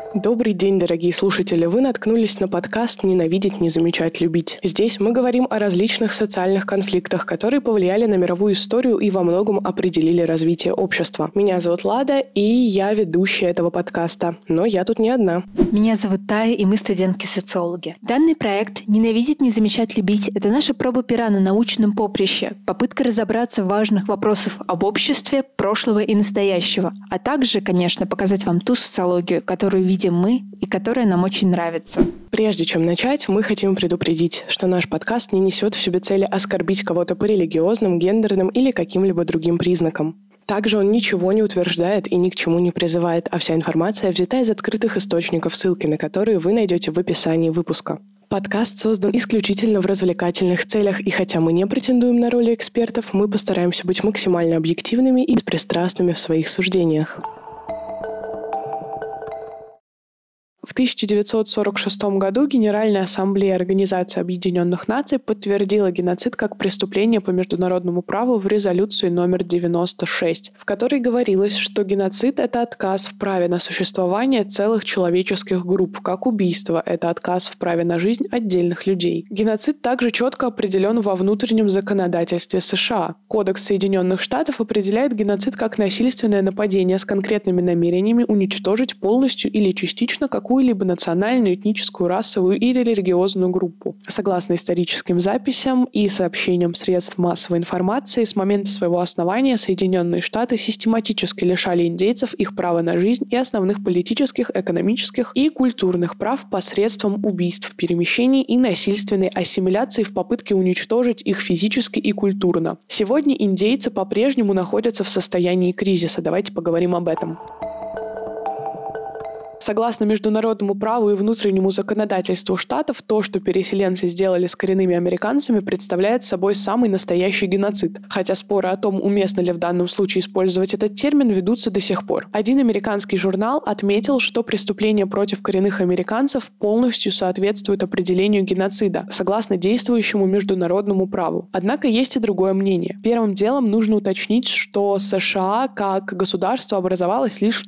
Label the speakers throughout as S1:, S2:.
S1: Добрый день, дорогие слушатели! Вы наткнулись на подкаст «Ненавидеть, не замечать, любить». Здесь мы говорим о различных социальных конфликтах, которые повлияли на мировую историю и во многом определили развитие общества. Меня зовут Лада, и я ведущая этого подкаста. Но я тут не одна.
S2: Меня зовут Тая, и мы студентки-социологи. Данный проект «Ненавидеть, не замечать, любить» — это наша проба пера на научном поприще, попытка разобраться в важных вопросах об обществе, прошлого и настоящего, а также, конечно, показать вам ту социологию, которую видим мы и которая нам очень нравится.
S1: Прежде чем начать, мы хотим предупредить, что наш подкаст не несет в себе цели оскорбить кого-то по религиозным, гендерным или каким-либо другим признакам. Также он ничего не утверждает и ни к чему не призывает, а вся информация взята из открытых источников, ссылки на которые вы найдете в описании выпуска. Подкаст создан исключительно в развлекательных целях, и хотя мы не претендуем на роли экспертов, мы постараемся быть максимально объективными и беспристрастными в своих суждениях. В 1946 году Генеральная ассамблея Организации Объединенных Наций подтвердила геноцид как преступление по международному праву в резолюции номер 96, в которой говорилось, что геноцид — это отказ в праве на существование целых человеческих групп, как убийство — это отказ в праве на жизнь отдельных людей. Геноцид также четко определен во внутреннем законодательстве США. Кодекс Соединенных Штатов определяет геноцид как насильственное нападение с конкретными намерениями уничтожить полностью или частично какую-либо национальную, этническую, расовую или религиозную группу. Согласно историческим записям и сообщениям средств массовой информации, с момента своего основания Соединенные Штаты систематически лишали индейцев их права на жизнь и основных политических, экономических и культурных прав посредством убийств, перемещений и насильственной ассимиляции в попытке уничтожить их физически и культурно. Сегодня индейцы по-прежнему находятся в состоянии кризиса. Давайте поговорим об этом. Согласно международному праву и внутреннему законодательству штатов, то, что переселенцы сделали с коренными американцами, представляет собой самый настоящий геноцид. Хотя споры о том, уместно ли в данном случае использовать этот термин, ведутся до сих пор. Один американский журнал отметил, что преступления против коренных американцев полностью соответствуют определению геноцида, согласно действующему международному праву. Однако есть и другое мнение. Первым делом нужно уточнить, что США как государство образовалось лишь в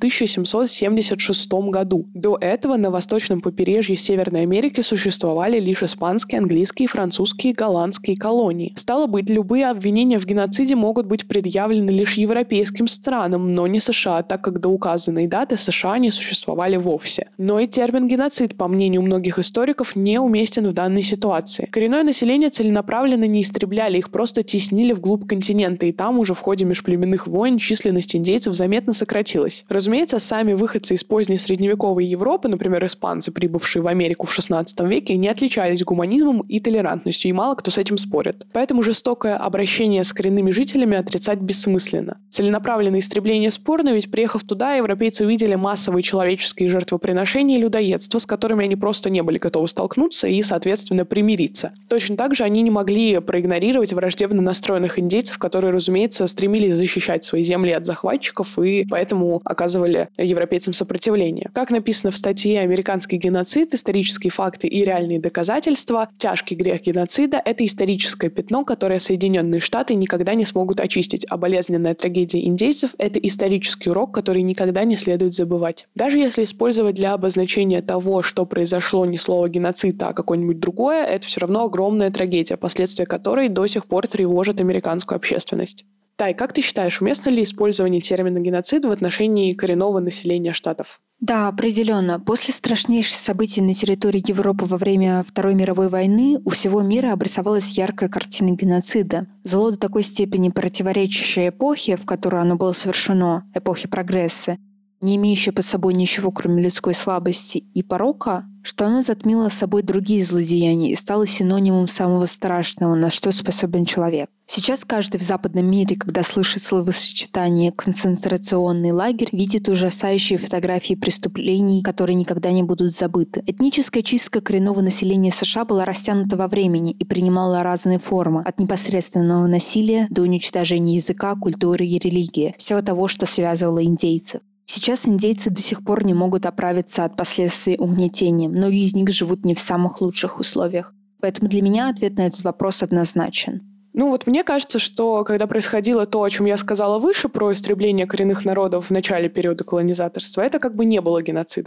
S1: 1776 году. До этого на восточном побережье Северной Америки существовали лишь испанские, английские, французские, голландские колонии. Стало быть, любые обвинения в геноциде могут быть предъявлены лишь европейским странам, но не США, так как до указанной даты США не существовали вовсе. Но и термин «геноцид», по мнению многих историков, не уместен в данной ситуации. Коренное население целенаправленно не истребляли, их просто теснили вглубь континента, и там уже в ходе межплеменных войн численность индейцев заметно сократилась. Разумеется, сами выходцы из поздней средневековой Европы, например, испанцы, прибывшие в Америку в XVI веке, не отличались гуманизмом и толерантностью, и мало кто с этим спорит. Поэтому жестокое обращение с коренными жителями отрицать бессмысленно. Целенаправленное истребление спорно, ведь приехав туда, европейцы увидели массовые человеческие жертвоприношения и людоедство, с которыми они просто не были готовы столкнуться и, соответственно, примириться. Точно так же они не могли проигнорировать враждебно настроенных индейцев, которые, разумеется, стремились защищать свои земли от захватчиков и поэтому оказывали европейцам сопротивление. Как написано в статье «Американский геноцид. Исторические факты и реальные доказательства», тяжкий грех геноцида — это историческое пятно, которое Соединенные Штаты никогда не смогут очистить, а болезненная трагедия индейцев — это исторический урок, который никогда не следует забывать. Даже если использовать для обозначения того, что произошло, не слово «геноцид», а какое-нибудь другое, это все равно огромная трагедия, последствия которой до сих пор тревожат американскую общественность. Тай, как ты считаешь, уместно ли использование термина «геноцид» в отношении коренного населения Штатов?
S2: Да, определенно. После страшнейших событий на территории Европы во время Второй мировой войны у всего мира обрисовалась яркая картина геноцида. Зло до такой степени противоречащее эпохе, в которой оно было совершено, эпохе прогресса, не имеющее под собой ничего, кроме людской слабости и порока, что оно затмило собой другие злодеяния и стало синонимом самого страшного, на что способен человек. Сейчас каждый в западном мире, когда слышит словосочетание «концентрационный лагерь», видит ужасающие фотографии преступлений, которые никогда не будут забыты. Этническая чистка коренного населения США была растянута во времени и принимала разные формы, от непосредственного насилия до уничтожения языка, культуры и религии, всего того, что связывало индейцев. Сейчас индейцы до сих пор не могут оправиться от последствий угнетения. Многие из них живут не в самых лучших условиях. Поэтому для меня ответ на этот вопрос однозначен.
S1: Мне кажется, что когда происходило то, о чем я сказала выше, про истребление коренных народов в начале периода колонизаторства, это как бы не было геноцидом.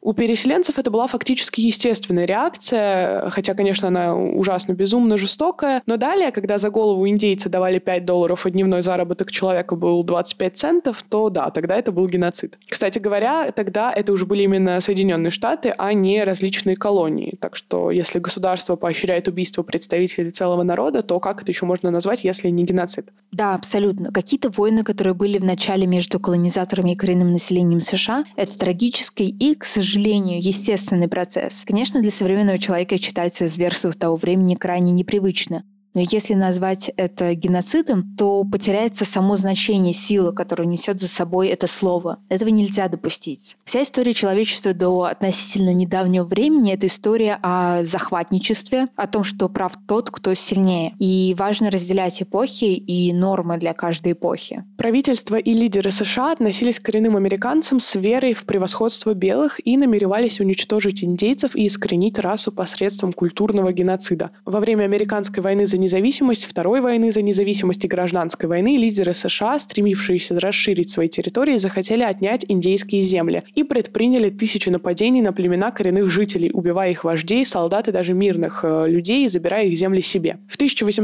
S1: У переселенцев это была фактически естественная реакция, хотя, конечно, она ужасно безумно жестокая. Но далее, когда за голову индейца давали $5, а дневной заработок человека был 25 центов, то да, тогда это был геноцид. Кстати говоря, тогда это уже были именно Соединенные Штаты, а не различные колонии. Так что если государство поощряет убийство представителей целого народа, то как это еще можно назвать, если не геноцид?
S2: Да, абсолютно. Какие-то войны, которые были в начале между колонизаторами и коренным населением США, это трагический и, к сожалению, естественный процесс. Конечно, для современного человека читать зверства того времени крайне непривычно. Но если назвать это геноцидом, то потеряется само значение силы, которую несет за собой это слово. Этого нельзя допустить. Вся история человечества до относительно недавнего времени — это история о захватничестве, о том, что прав тот, кто сильнее. И важно разделять эпохи и нормы для каждой эпохи.
S1: Правительство и лидеры США относились к коренным американцам с верой в превосходство белых и намеревались уничтожить индейцев и искоренить расу посредством культурного геноцида. Во время американской войны за независимость, Второй войны за независимость и Гражданской войны лидеры США, стремившиеся расширить свои территории, захотели отнять индейские земли и предприняли тысячи нападений на племена коренных жителей, убивая их вождей, солдат и даже мирных людей и забирая их земли себе. В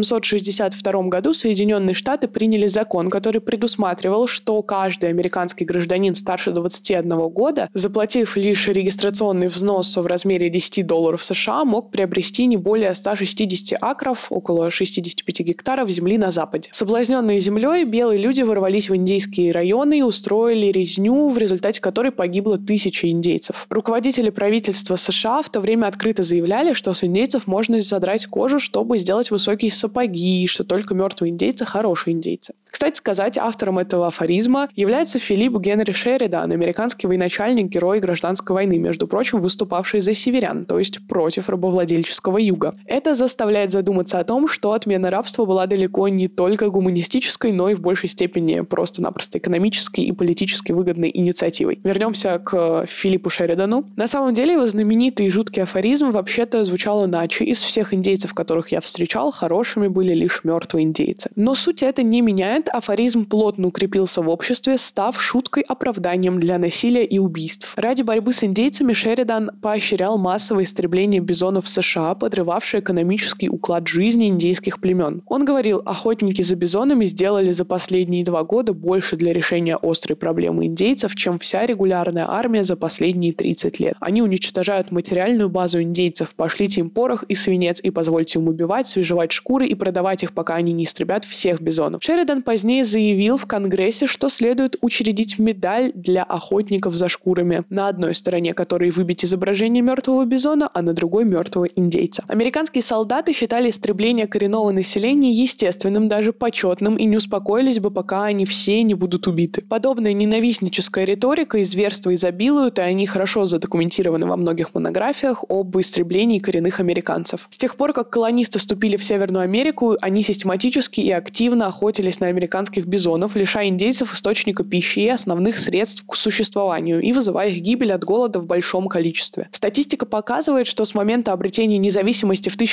S1: 1862 году Соединенные Штаты приняли закон, который предусматривал, что каждый американский гражданин старше 21 года, заплатив лишь регистрационный взнос в размере $10 США, мог приобрести не более 160 акров, около 65 гектаров земли на Западе. Соблазненные землей, белые люди ворвались в индейские районы и устроили резню, в результате которой погибло тысячи индейцев. Руководители правительства США в то время открыто заявляли, что с индейцев можно задрать кожу, чтобы сделать высокие сапоги, и что только мертвые индейцы — хорошие индейцы. Кстати сказать, автором этого афоризма является Филипп Генри Шеридан, американский военачальник, герой гражданской войны, между прочим, выступавший за северян, то есть против рабовладельческого юга. Это заставляет задуматься о том, что отмена рабства была далеко не только гуманистической, но и в большей степени просто-напросто экономической и политически выгодной инициативой. Вернемся к Филиппу Шеридану. На самом деле его знаменитый и жуткий афоризм вообще-то звучал иначе. Из всех индейцев, которых я встречал, хорошими были лишь мертвые индейцы. Но суть это не меняет. Афоризм плотно укрепился в обществе, став шуткой оправданием для насилия и убийств. Ради борьбы с индейцами Шеридан поощрял массовое истребление бизонов в США, подрывавшее экономический уклад жизни индейских племен. Он говорил, охотники за бизонами сделали за последние 2 года больше для решения острой проблемы индейцев, чем вся регулярная армия за последние 30 лет. Они уничтожают материальную базу индейцев, пошлите им порох и свинец и позвольте им убивать, свежевать шкуры и продавать их, пока они не истребят всех бизонов. Шеридан позднее заявил в Конгрессе, что следует учредить медаль для охотников за шкурами, на одной стороне которой выбить изображение мертвого бизона, а на другой — мертвого индейца. Американские солдаты считали истребление коренного населения естественным, даже почетным, и не успокоились бы, пока они все не будут убиты. Подобная ненавистническая риторика и зверства изобилуют, и они хорошо задокументированы во многих монографиях об истреблении коренных американцев. С тех пор, как колонисты вступили в Северную Америку, они систематически и активно охотились на американских бизонов, лишая индейцев источника пищи и основных средств к существованию и вызывая их гибель от голода в большом количестве. Статистика показывает, что с момента обретения независимости в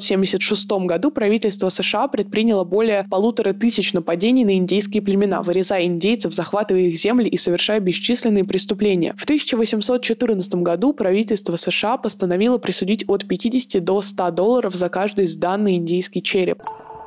S1: 1776 году правительство США предприняло более 1500 нападений на индейские племена, вырезая индейцев, захватывая их земли и совершая бесчисленные преступления. В 1814 году правительство США постановило присудить от 50 до $100 за каждый сданный индейский череп.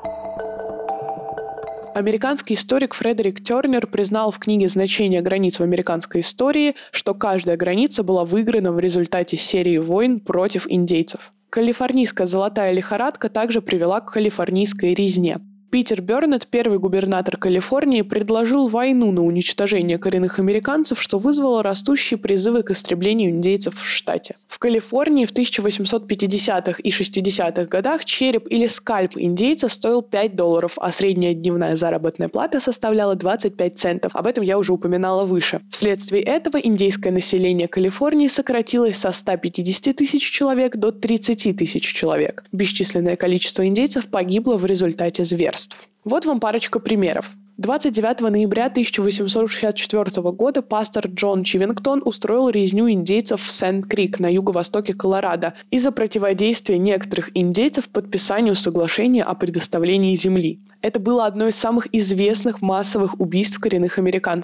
S1: Американский историк Фредерик Тернер признал в книге «Значение границ в американской истории», что каждая граница была выиграна в результате серии войн против индейцев. Калифорнийская золотая лихорадка также привела к калифорнийской резне. Питер Бёрнетт, первый губернатор Калифорнии, предложил войну на уничтожение коренных американцев, что вызвало растущие призывы к истреблению индейцев в штате. В Калифорнии в 1850-х и 60-х годах череп или скальп индейца стоил $5, а средняя дневная заработная плата составляла 25 центов. Об этом я уже упоминала выше. Вследствие этого индейское население Калифорнии сократилось со 150 тысяч человек до 30 тысяч человек. Бесчисленное количество индейцев погибло в результате зверств. Вот вам парочка примеров. 29 ноября 1864 года пастор Джон Чивингтон устроил резню индейцев в Сент-Крик на юго-востоке Колорадо из-за противодействия некоторых индейцев подписанию соглашения о предоставлении земли. Это было одно из самых известных массовых убийств коренных американцев.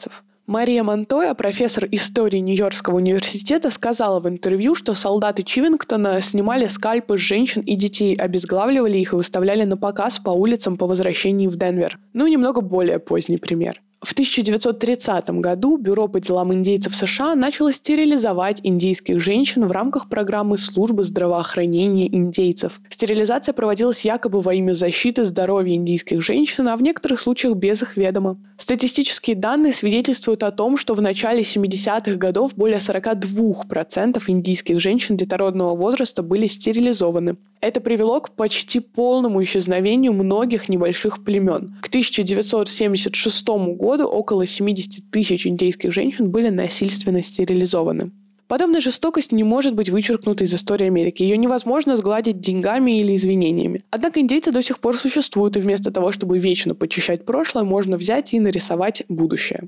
S1: Мария Монтоя, профессор истории Нью-Йоркского университета, сказала в интервью, что солдаты Чивингтона снимали скальпы с женщин и детей, обезглавливали их и выставляли на показ по улицам по возвращении в Денвер. Немного более поздний пример. В 1930 году Бюро по делам индейцев США начало стерилизовать индейских женщин в рамках программы службы здравоохранения индейцев. Стерилизация проводилась якобы во имя защиты здоровья индейских женщин, а в некоторых случаях без их ведома. Статистические данные свидетельствуют о том, что в начале 70-х годов более 42% индийских женщин детородного возраста были стерилизованы. Это привело к почти полному исчезновению многих небольших племен. К 1976 году около 70 тысяч индейских женщин были насильственно стерилизованы. Подобная жестокость не может быть вычеркнута из истории Америки. Ее невозможно сгладить деньгами или извинениями. Однако индейцы до сих пор существуют, и вместо того, чтобы вечно почищать прошлое, можно взять и нарисовать будущее.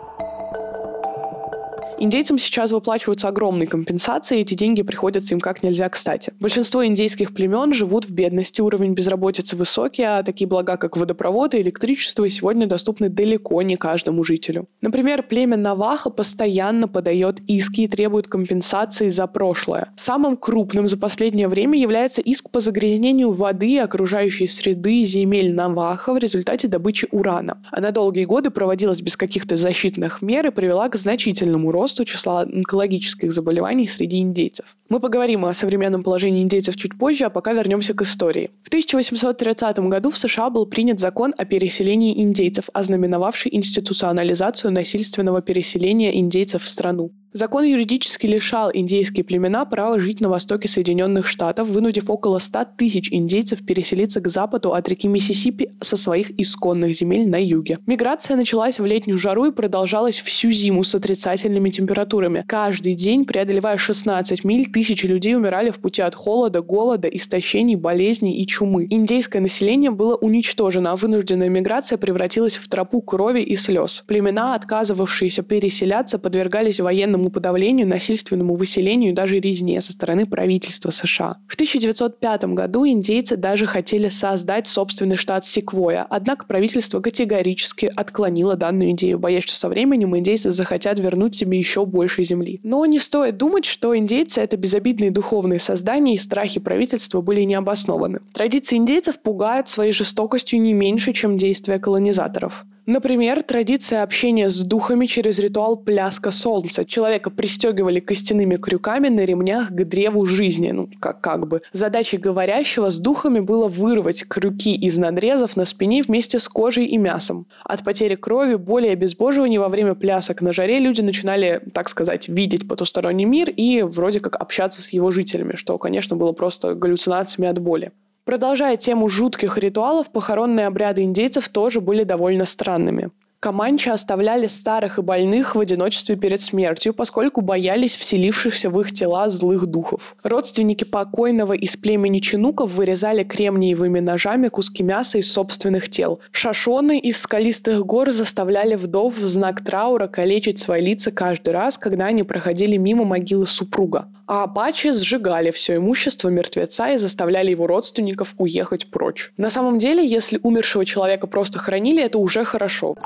S1: Индейцам сейчас выплачиваются огромные компенсации, и эти деньги приходятся им как нельзя кстати. Большинство индейских племен живут в бедности, уровень безработицы высокий, а такие блага, как водопровод и электричество, сегодня доступны далеко не каждому жителю. Например, племя Навахо постоянно подает иски и требует компенсации за прошлое. Самым крупным за последнее время является иск по загрязнению воды и окружающей среды земель Навахо в результате добычи урана. Она долгие годы проводилась без каких-то защитных мер и привела к значительному росту числа онкологических заболеваний среди индейцев. Мы поговорим о современном положении индейцев чуть позже, а пока вернемся к истории. В 1830 году в США был принят закон о переселении индейцев, ознаменовавший институционализацию насильственного переселения индейцев в страну. Закон юридически лишал индейские племена права жить на востоке Соединенных Штатов, вынудив около 100 тысяч индейцев переселиться к западу от реки Миссисипи со своих исконных земель на юге. Миграция началась в летнюю жару и продолжалась всю зиму с отрицательными температурами. Каждый день, преодолевая 16 миль, тысячи людей умирали в пути от холода, голода, истощений, болезней и чумы. Индейское население было уничтожено, а вынужденная миграция превратилась в тропу крови и слез. Племена, отказывавшиеся переселяться, подвергались военному подавлению, насильственному выселению и даже резне со стороны правительства США. В 1905 году индейцы даже хотели создать собственный штат Секвойя, однако правительство категорически отклонило данную идею, боясь, что со временем индейцы захотят вернуть себе еще больше земли. Но не стоит думать, что индейцы — это безобидные духовные создания, и страхи правительства были необоснованы. Традиции индейцев пугают своей жестокостью не меньше, чем действия колонизаторов. Например, традиция общения с духами через ритуал «пляска солнца». Человека пристегивали костяными крюками на ремнях к древу жизни. Как бы. Задачей говорящего с духами было вырвать крюки из надрезов на спине вместе с кожей и мясом. От потери крови, боли и обезвоживания во время плясок на жаре люди начинали, так сказать, видеть потусторонний мир и вроде как общаться с его жителями, что, конечно, было просто галлюцинациями от боли. Продолжая тему жутких ритуалов, похоронные обряды индейцев тоже были довольно странными. Команчи оставляли старых и больных в одиночестве перед смертью, поскольку боялись вселившихся в их тела злых духов. Родственники покойного из племени чинуков вырезали кремниевыми ножами куски мяса из собственных тел. Шошоны из скалистых гор заставляли вдов в знак траура калечить свои лица каждый раз, когда они проходили мимо могилы супруга. А апачи сжигали все имущество мертвеца и заставляли его родственников уехать прочь. На самом деле, если умершего человека просто хоронили, это уже хорошо.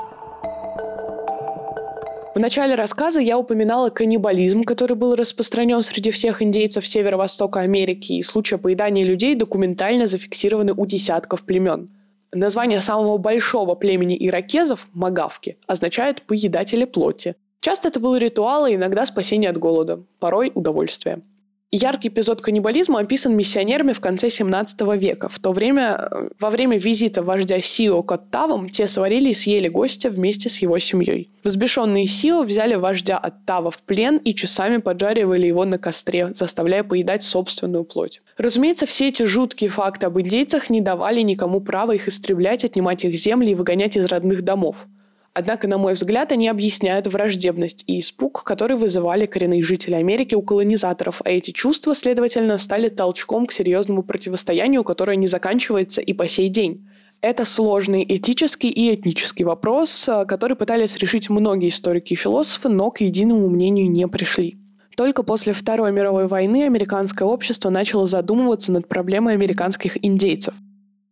S1: В начале рассказа я упоминала каннибализм, который был распространен среди всех индейцев Северо-Востока Америки, и случаи поедания людей документально зафиксированы у десятков племен. Название самого большого племени иракезов, магавки, означает «поедатели плоти». Часто это был ритуал и иногда спасение от голода, порой удовольствие. Яркий эпизод каннибализма описан миссионерами в конце 17 века. Во время визита вождя Сио к Оттавам, те сварили и съели гостя вместе с его семьей. Взбешенные Сио взяли вождя Оттава в плен и часами поджаривали его на костре, заставляя поедать собственную плоть. Разумеется, все эти жуткие факты об индейцах не давали никому права их истреблять, отнимать их земли и выгонять из родных домов. Однако, на мой взгляд, они объясняют враждебность и испуг, которые вызывали коренные жители Америки у колонизаторов, а эти чувства, следовательно, стали толчком к серьезному противостоянию, которое не заканчивается и по сей день. Это сложный этический и этнический вопрос, который пытались решить многие историки и философы, но к единому мнению не пришли. Только после Второй мировой войны американское общество начало задумываться над проблемой американских индейцев.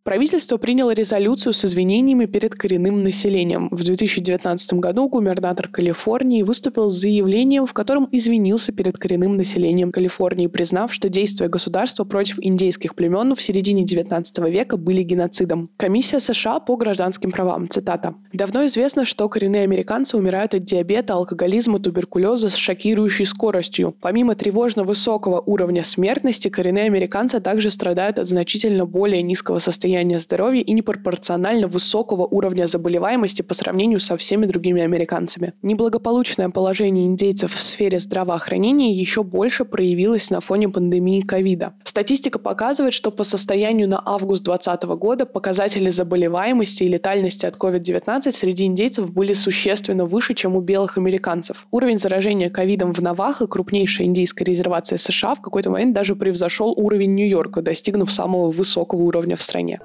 S1: Правительство приняло резолюцию с извинениями перед коренным населением. В 2019 году губернатор Калифорнии выступил с заявлением, в котором извинился перед коренным населением Калифорнии, признав, что действия государства против индейских племен в середине XIX века были геноцидом. Комиссия США по гражданским правам, цитата. «Давно известно, что коренные американцы умирают от диабета, алкоголизма, туберкулеза с шокирующей скоростью. Помимо тревожно высокого уровня смертности, коренные американцы также страдают от значительно более низкого состояния здоровья и непропорционально высокого уровня заболеваемости по сравнению со всеми другими американцами. Неблагополучное положение индейцев в сфере здравоохранения еще больше проявилось на фоне пандемии ковида. Статистика показывает, что по состоянию на август 2020 года показатели заболеваемости и летальности от COVID-19 среди индейцев были существенно выше, чем у белых американцев. Уровень заражения ковидом в Навахо, крупнейшая индейская резервация США, в какой-то момент даже превзошел уровень Нью-Йорка, достигнув самого высокого уровня в стране.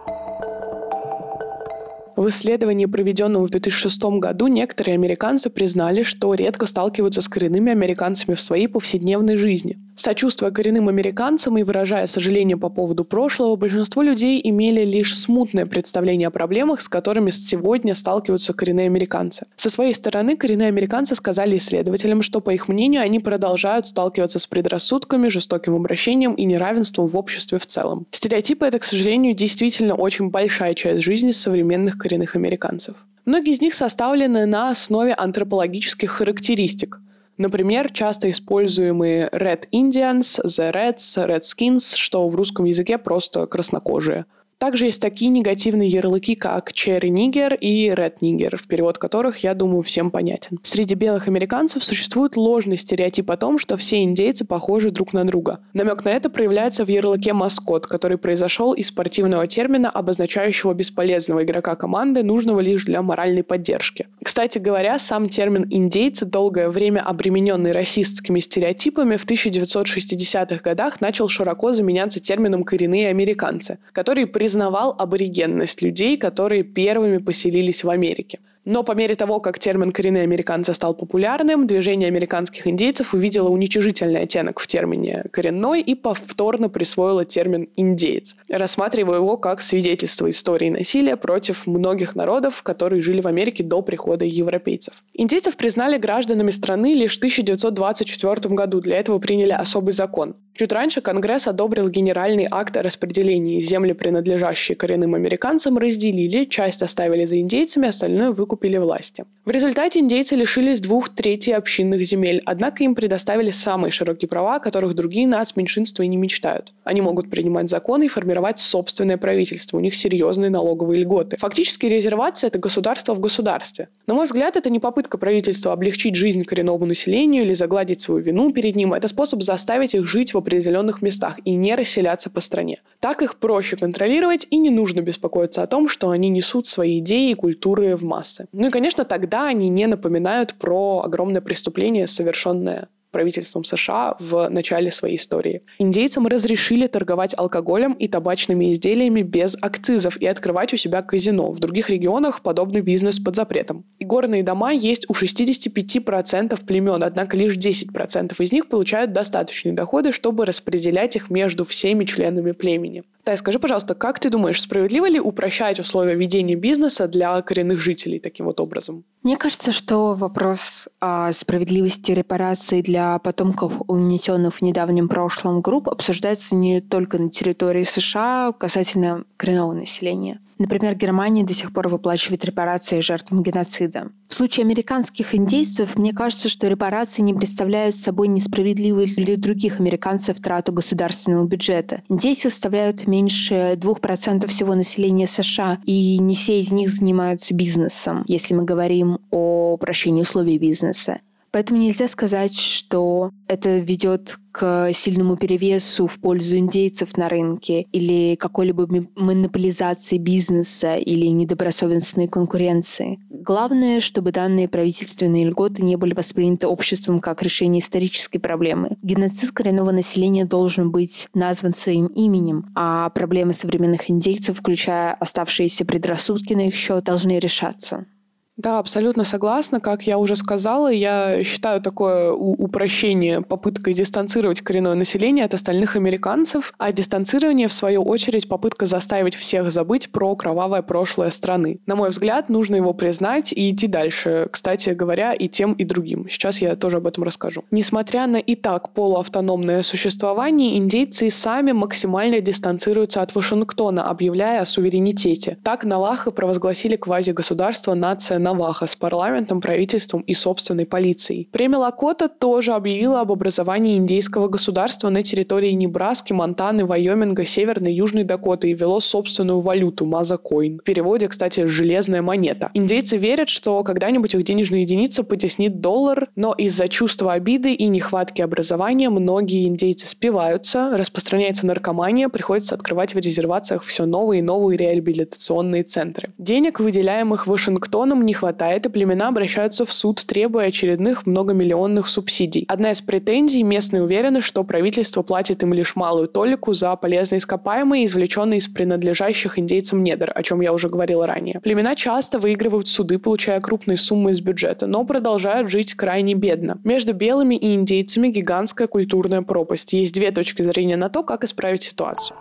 S1: В исследовании, проведенном в 2006 году, некоторые американцы признали, что редко сталкиваются с коренными американцами в своей повседневной жизни. Сочувствуя коренным американцам и выражая сожаление по поводу прошлого, большинство людей имели лишь смутное представление о проблемах, с которыми сегодня сталкиваются коренные американцы. Со своей стороны, коренные американцы сказали исследователям, что, по их мнению, они продолжают сталкиваться с предрассудками, жестоким обращением и неравенством в обществе в целом. Стереотипы — это, к сожалению, действительно очень большая часть жизни современных коренных американцев. Многие из них составлены на основе антропологических характеристик. Например, часто используемые Red Indians, The Reds, Redskins, что в русском языке просто краснокожие. Также есть такие негативные ярлыки, как Cherry Nigger и Red Nigger, в перевод которых, я думаю, всем понятен. Среди белых американцев существует ложный стереотип о том, что все индейцы похожи друг на друга. Намек на это проявляется в ярлыке «маскот», который произошел из спортивного термина, обозначающего бесполезного игрока команды, нужного лишь для моральной поддержки. Кстати говоря, сам термин «индейцы», долгое время обремененный расистскими стереотипами, в 1960-х годах начал широко заменяться термином «коренные американцы», который признавал аборигенность людей, которые первыми поселились в Америке. Но по мере того, как термин «коренные американцы» стал популярным, движение американских индейцев увидело уничижительный оттенок в термине «коренной» и повторно присвоило термин «индеец», рассматривая его как свидетельство истории насилия против многих народов, которые жили в Америке до прихода европейцев. Индейцев признали гражданами страны лишь в 1924 году. Для этого приняли особый закон. Чуть раньше Конгресс одобрил генеральный акт о распределении. Земли, принадлежащие коренным американцам, разделили, часть оставили за индейцами, остальное выкупили власти. В результате индейцы лишились 2/3 общинных земель, однако им предоставили самые широкие права, о которых другие нацменьшинства и не мечтают. Они могут принимать законы и формировать собственное правительство, у них серьезные налоговые льготы. Фактически резервация – это государство в государстве. На мой взгляд, это не попытка правительства облегчить жизнь коренному населению или загладить свою вину перед ним, это способ заставить их жить в определенных местах и не расселяться по стране. Так их проще контролировать, и не нужно беспокоиться о том, что они несут свои идеи и культуры в массы. Ну и, конечно, тогда они не напоминают про огромное преступление, совершенное правительством США в начале своей истории. Индейцам разрешили торговать алкоголем и табачными изделиями без акцизов и открывать у себя казино. В других регионах подобный бизнес под запретом. И горные дома есть у 65% племен, однако лишь 10% из них получают достаточные доходы, чтобы распределять их между всеми членами племени. Тай, скажи, пожалуйста, как ты думаешь, справедливо ли упрощать условия ведения бизнеса для коренных жителей таким вот образом?
S2: Мне кажется, что вопрос о справедливости репараций для потомков унесенных в недавнем прошлом групп обсуждается не только на территории США касательно коренного населения. Например, Германия до сих пор выплачивает репарации жертвам геноцида. В случае американских индейцев, мне кажется, что репарации не представляют собой несправедливую для других американцев трату государственного бюджета. Индейцы составляют меньше 2% всего населения США, и не все из них занимаются бизнесом, если мы говорим о упрощении условий бизнеса. Поэтому нельзя сказать, что это ведет к сильному перевесу в пользу индейцев на рынке или какой-либо монополизации бизнеса или недобросовестной конкуренции. Главное, чтобы данные правительственные льготы не были восприняты обществом как решение исторической проблемы. Геноцид коренного населения должен быть назван своим именем, а проблемы современных индейцев, включая оставшиеся предрассудки на их счет, должны решаться.
S1: Да, абсолютно согласна. Как я уже сказала, я считаю такое упрощение попыткой дистанцировать коренное население от остальных американцев, а дистанцирование, в свою очередь, попытка заставить всех забыть про кровавое прошлое страны. На мой взгляд, нужно его признать и идти дальше. Кстати говоря, и тем, и другим. Сейчас я тоже об этом расскажу. Несмотря на и так полуавтономное существование, индейцы сами максимально дистанцируются от Вашингтона, объявляя о суверенитете. Так Навахо провозгласили квазигосударство нация Навахо с парламентом, правительством и собственной полицией. Племя Лакота тоже объявило об образовании индейского государства на территории Небраски, Монтаны, Вайоминга, Северной и Южной Дакоты и ввело собственную валюту – мазакоин. В переводе, кстати, «железная монета». Индейцы верят, что когда-нибудь их денежная единица потеснит доллар, но из-за чувства обиды и нехватки образования многие индейцы спиваются, распространяется наркомания, приходится открывать в резервациях все новые и новые реабилитационные центры. Денег, выделяемых Вашингтоном, не хватает, и племена обращаются в суд, требуя очередных многомиллионных субсидий. Одна из претензий: местные уверены, что правительство платит им лишь малую толику за полезные ископаемые, извлеченные из принадлежащих индейцам недр, о чем я уже говорила ранее. Племена часто выигрывают суды, получая крупные суммы из бюджета, но продолжают жить крайне бедно. Между белыми и индейцами гигантская культурная пропасть. Есть две точки зрения на то, как исправить ситуацию.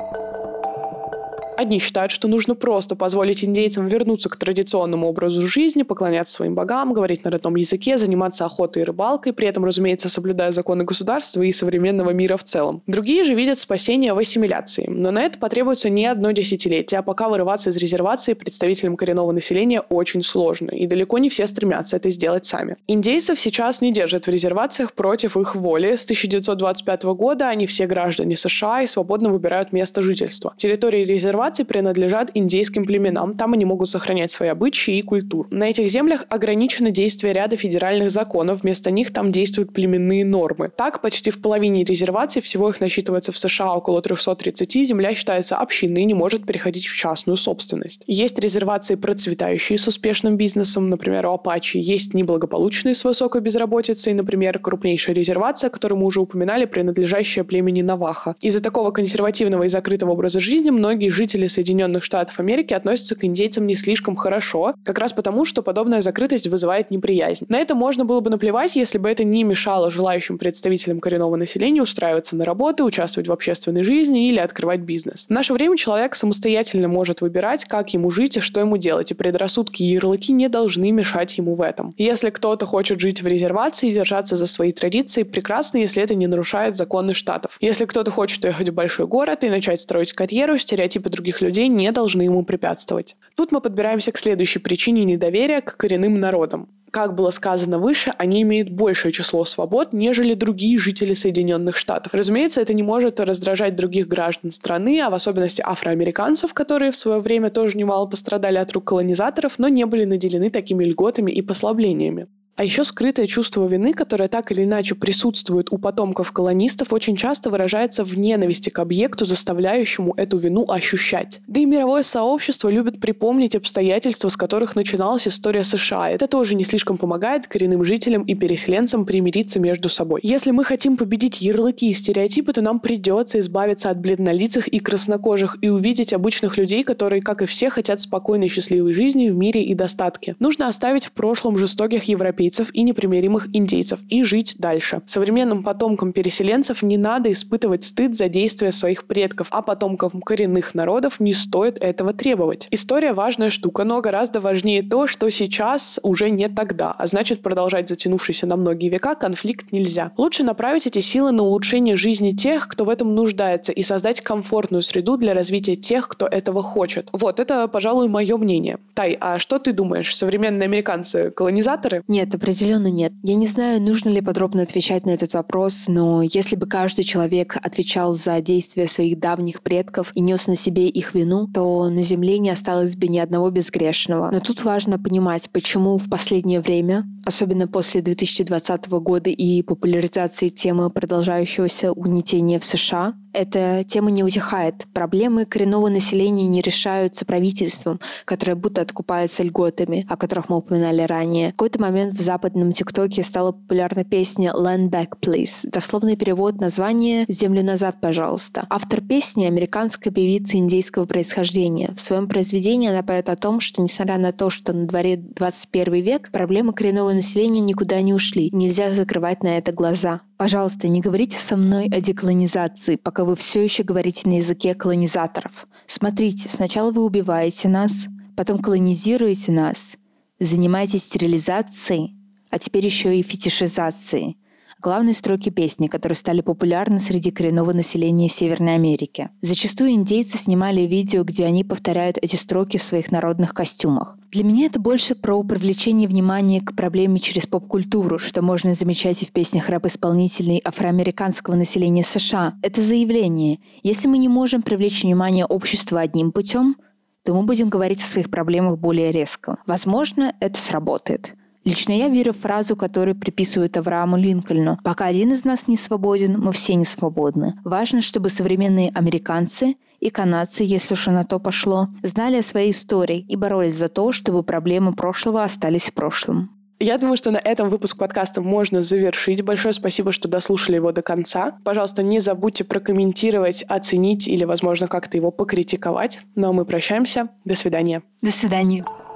S1: Одни считают, что нужно просто позволить индейцам вернуться к традиционному образу жизни, поклоняться своим богам, говорить на родном языке, заниматься охотой и рыбалкой, при этом, разумеется, соблюдая законы государства и современного мира в целом. Другие же видят спасение в ассимиляции. Но на это потребуется не одно десятилетие, а пока вырываться из резервации представителям коренного населения очень сложно, и далеко не все стремятся это сделать сами. Индейцев сейчас не держат в резервациях против их воли. С 1925 года они все граждане США и свободно выбирают место жительства. Территории резервации принадлежат индейским племенам, там они могут сохранять свои обычаи и культуру. На этих землях ограничено действие ряда федеральных законов, вместо них там действуют племенные нормы. Так, почти в половине резерваций, всего их насчитывается в США около 330, земля считается общинной и не может переходить в частную собственность. Есть резервации, процветающие с успешным бизнесом, например, у Апачи, есть неблагополучные с высокой безработицей, например, крупнейшая резервация, которую мы уже упоминали, принадлежащая племени Навахо. Из-за такого консервативного и закрытого образа жизни многие жители Соединенных Штатов Америки относятся к индейцам не слишком хорошо, как раз потому, что подобная закрытость вызывает неприязнь. На это можно было бы наплевать, если бы это не мешало желающим представителям коренного населения устраиваться на работу, участвовать в общественной жизни или открывать бизнес. В наше время человек самостоятельно может выбирать, как ему жить и что ему делать, и предрассудки и ярлыки не должны мешать ему в этом. Если кто-то хочет жить в резервации и держаться за свои традиции, прекрасно, если это не нарушает законы штатов. Если кто-то хочет уехать в большой город и начать строить карьеру, стереотипы других людей не должны ему препятствовать. Тут мы подбираемся к следующей причине недоверия к коренным народам. Как было сказано выше, они имеют большее число свобод, нежели другие жители Соединенных Штатов. Разумеется, это не может раздражать других граждан страны, а в особенности афроамериканцев, которые в свое время тоже немало пострадали от рук колонизаторов, но не были наделены такими льготами и послаблениями. А еще скрытое чувство вины, которое так или иначе присутствует у потомков колонистов, очень часто выражается в ненависти к объекту, заставляющему эту вину ощущать. Да и мировое сообщество любит припомнить обстоятельства, с которых начиналась история США. Это тоже не слишком помогает коренным жителям и переселенцам примириться между собой. Если мы хотим победить ярлыки и стереотипы, то нам придется избавиться от бледнолицых и краснокожих и увидеть обычных людей, которые, как и все, хотят спокойной и счастливой жизни в мире и достатке. Нужно оставить в прошлом жестоких европейцев и непримиримых индейцев и жить дальше. Современным потомкам переселенцев не надо испытывать стыд за действия своих предков, а потомкам коренных народов не стоит этого требовать. История — важная штука, но гораздо важнее то, что сейчас уже не тогда, а значит, продолжать затянувшийся на многие века конфликт нельзя. Лучше направить эти силы на улучшение жизни тех, кто в этом нуждается, и создать комфортную среду для развития тех, кто этого хочет. Вот, это, пожалуй, мое мнение. Тай, а что ты думаешь? Современные американцы — колонизаторы?
S2: Нет, определенно нет. Я не знаю, нужно ли подробно отвечать на этот вопрос, но если бы каждый человек отвечал за действия своих давних предков и нес на себе их вину, то на Земле не осталось бы ни одного безгрешного. Но тут важно понимать, почему в последнее время, особенно после 2020 года и популяризации темы продолжающегося угнетения в США, эта тема не утихает. Проблемы коренного населения не решаются правительством, которое будто откупается льготами, о которых мы упоминали ранее. В какой-то момент в западном ТикТоке стала популярна песня «Land Back, Please». Дословный перевод названия «Землю назад, пожалуйста». Автор песни — американская певица индейского происхождения. В своем произведении она поет о том, что, несмотря на то, что на дворе 21 век, проблемы коренного населения никуда не ушли. Нельзя закрывать на это глаза. Пожалуйста, не говорите со мной о деколонизации, пока вы все еще говорите на языке колонизаторов. Смотрите, сначала вы убиваете нас, потом колонизируете нас, занимаетесь стерилизацией, а теперь еще и фетишизацией. Главные строки песни, которые стали популярны среди коренного населения Северной Америки. Зачастую индейцы снимали видео, где они повторяют эти строки в своих народных костюмах. Для меня это больше про привлечение внимания к проблеме через поп-культуру, что можно замечать и в песнях рэп-исполнителей афроамериканского населения США. Это заявление. Если мы не можем привлечь внимание общества одним путем, то мы будем говорить о своих проблемах более резко. Возможно, это сработает. Лично я верю в фразу, которую приписывают Аврааму Линкольну: «Пока один из нас не свободен, мы все не свободны». Важно, чтобы современные американцы и канадцы, если уж на то пошло, знали о своей истории и боролись за то, чтобы проблемы прошлого остались в прошлом.
S1: Я думаю, что на этом выпуск подкаста можно завершить. Большое спасибо, что дослушали его до конца. Пожалуйста, не забудьте прокомментировать, оценить или, возможно, как-то его покритиковать. Ну а мы прощаемся. До свидания.
S2: До свидания.